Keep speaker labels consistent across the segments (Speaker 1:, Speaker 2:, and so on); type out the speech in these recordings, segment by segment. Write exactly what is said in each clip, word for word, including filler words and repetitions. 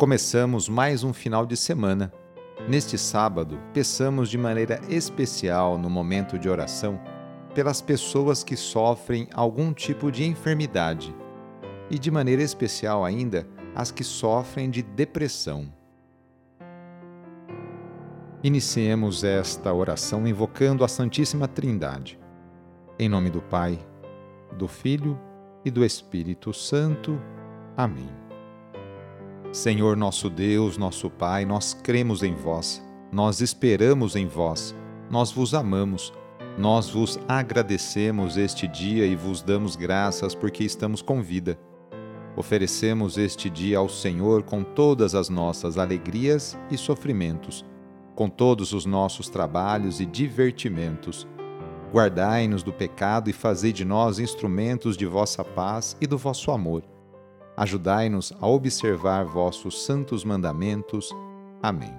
Speaker 1: Começamos mais um final de semana. Neste sábado, peçamos de maneira especial no momento de oração pelas pessoas que sofrem algum tipo de enfermidade e de maneira especial ainda as que sofrem de depressão. Iniciemos esta oração invocando a Santíssima Trindade. Em nome do Pai, do Filho e do Espírito Santo. Amém. Senhor nosso Deus, nosso Pai, nós cremos em vós, nós esperamos em vós, nós vos amamos, nós vos agradecemos este dia e vos damos graças porque estamos com vida. Oferecemos este dia ao Senhor com todas as nossas alegrias e sofrimentos, com todos os nossos trabalhos e divertimentos. Guardai-nos do pecado e fazei de nós instrumentos de vossa paz e do vosso amor. Ajudai-nos a observar vossos santos mandamentos. Amém.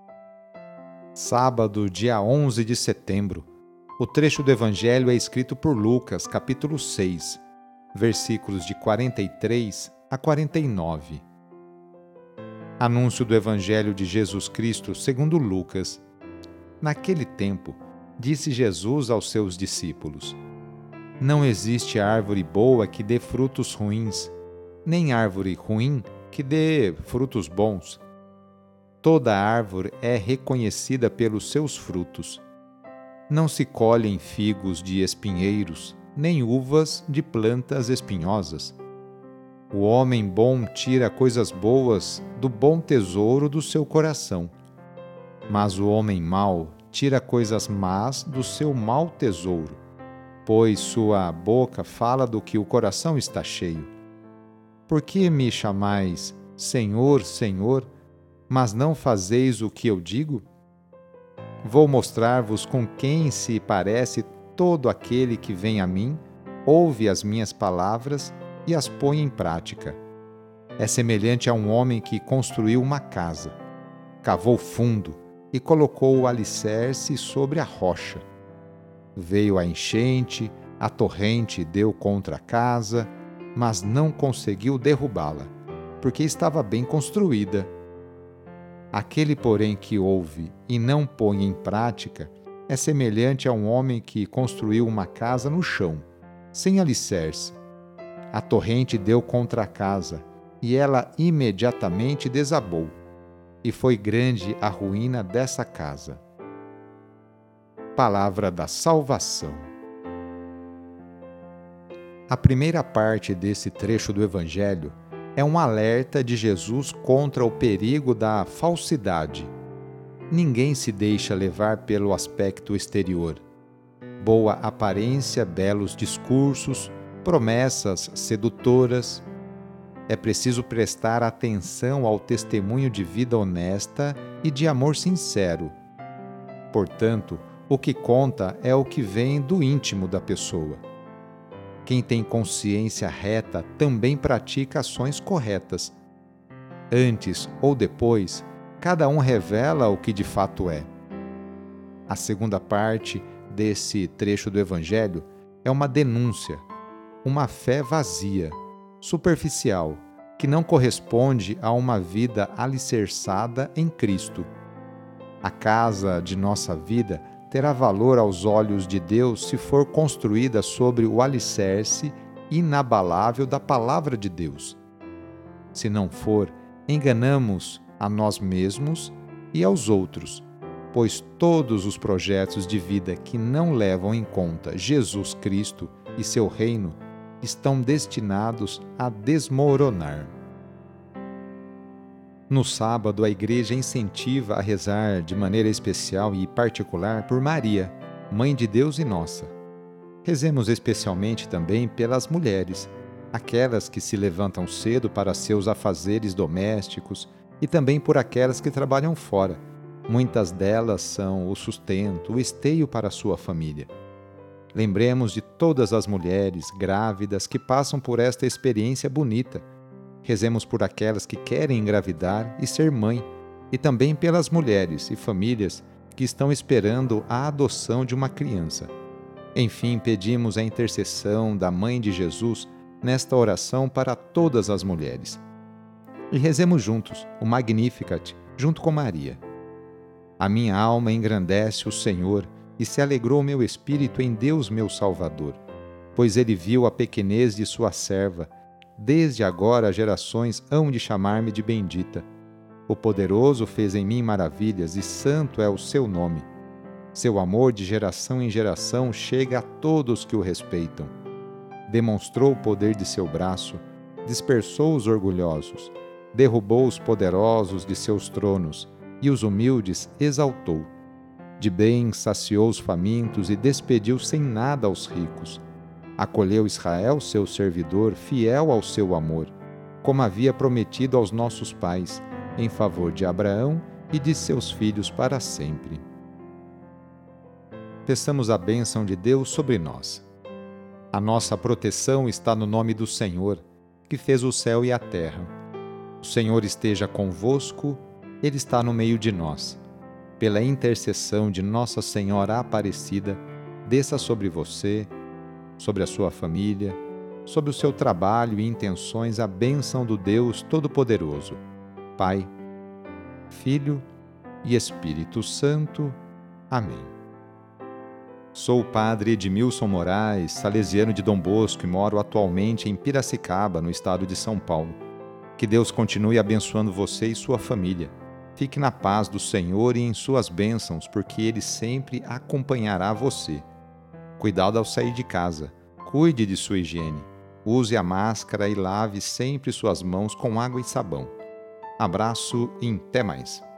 Speaker 1: Sábado, dia onze de setembro. O trecho do Evangelho é escrito por Lucas, capítulo seis, versículos de quarenta e três a quarenta e nove. Anúncio do Evangelho de Jesus Cristo segundo Lucas. Naquele tempo, disse Jesus aos seus discípulos: Não existe árvore boa que dê frutos ruins, nem árvore ruim que dê frutos bons. Toda árvore é reconhecida pelos seus frutos. Não se colhem figos de espinheiros, nem uvas de plantas espinhosas. O homem bom tira coisas boas do bom tesouro do seu coração, mas o homem mau tira coisas más do seu mau tesouro, pois sua boca fala do que o coração está cheio. Por que me chamais Senhor, Senhor, mas não fazeis o que eu digo? Vou mostrar-vos com quem se parece todo aquele que vem a mim, ouve as minhas palavras e as põe em prática. É semelhante a um homem que construiu uma casa, cavou fundo e colocou o alicerce sobre a rocha. Veio a enchente, a torrente deu contra a casa, mas não conseguiu derrubá-la, porque estava bem construída. Aquele, porém, que ouve e não põe em prática é semelhante a um homem que construiu uma casa no chão, sem alicerce. A torrente deu contra a casa, e ela imediatamente desabou, e foi grande a ruína dessa casa. Palavra da salvação. A primeira parte desse trecho do Evangelho é um alerta de Jesus contra o perigo da falsidade. Ninguém se deixa levar pelo aspecto exterior. Boa aparência, belos discursos, promessas sedutoras. É preciso prestar atenção ao testemunho de vida honesta e de amor sincero. Portanto, o que conta é o que vem do íntimo da pessoa. Quem tem consciência reta também pratica ações corretas. Antes ou depois, cada um revela o que de fato é. A segunda parte desse trecho do Evangelho é uma denúncia, uma fé vazia, superficial, que não corresponde a uma vida alicerçada em Cristo. A casa de nossa vida terá valor aos olhos de Deus se for construída sobre o alicerce inabalável da Palavra de Deus. Se não for, enganamos a nós mesmos e aos outros, pois todos os projetos de vida que não levam em conta Jesus Cristo e seu reino estão destinados a desmoronar. No sábado, a Igreja incentiva a rezar de maneira especial e particular por Maria, Mãe de Deus e nossa. Rezemos especialmente também pelas mulheres, aquelas que se levantam cedo para seus afazeres domésticos e também por aquelas que trabalham fora. Muitas delas são o sustento, o esteio para a sua família. Lembremos de todas as mulheres grávidas que passam por esta experiência bonita. Rezemos por aquelas que querem engravidar e ser mãe, e também pelas mulheres e famílias que estão esperando a adoção de uma criança. Enfim, pedimos a intercessão da Mãe de Jesus nesta oração para todas as mulheres. E rezemos juntos o Magnificat, junto com Maria. A minha alma engrandece o Senhor, e se alegrou meu espírito em Deus meu Salvador, pois ele viu a pequenez de sua serva. Desde agora gerações hão de chamar-me de bendita. O Poderoso fez em mim maravilhas, e santo é o seu nome. Seu amor de geração em geração chega a todos que o respeitam. Demonstrou o poder de seu braço, dispersou os orgulhosos, derrubou os poderosos de seus tronos, e os humildes exaltou. De bem saciou os famintos e despediu sem nada aos ricos. Acolheu Israel, seu servidor, fiel ao seu amor, como havia prometido aos nossos pais, em favor de Abraão e de seus filhos para sempre. Peçamos a bênção de Deus sobre nós. A nossa proteção está no nome do Senhor, que fez o céu e a terra. O Senhor esteja convosco, Ele está no meio de nós. Pela intercessão de Nossa Senhora Aparecida, desça sobre você, sobre a sua família, sobre o seu trabalho e intenções a bênção do Deus Todo-Poderoso, Pai, Filho e Espírito Santo. Amém. Sou o padre Edmilson Moraes, salesiano de Dom Bosco e moro atualmente em Piracicaba, no estado de São Paulo. Que Deus continue abençoando você e sua família. Fique na paz do Senhor e em suas bênçãos, porque Ele sempre acompanhará você. Cuidado ao sair de casa. Cuide de sua higiene. Use a máscara e lave sempre suas mãos com água e sabão. Abraço e até mais.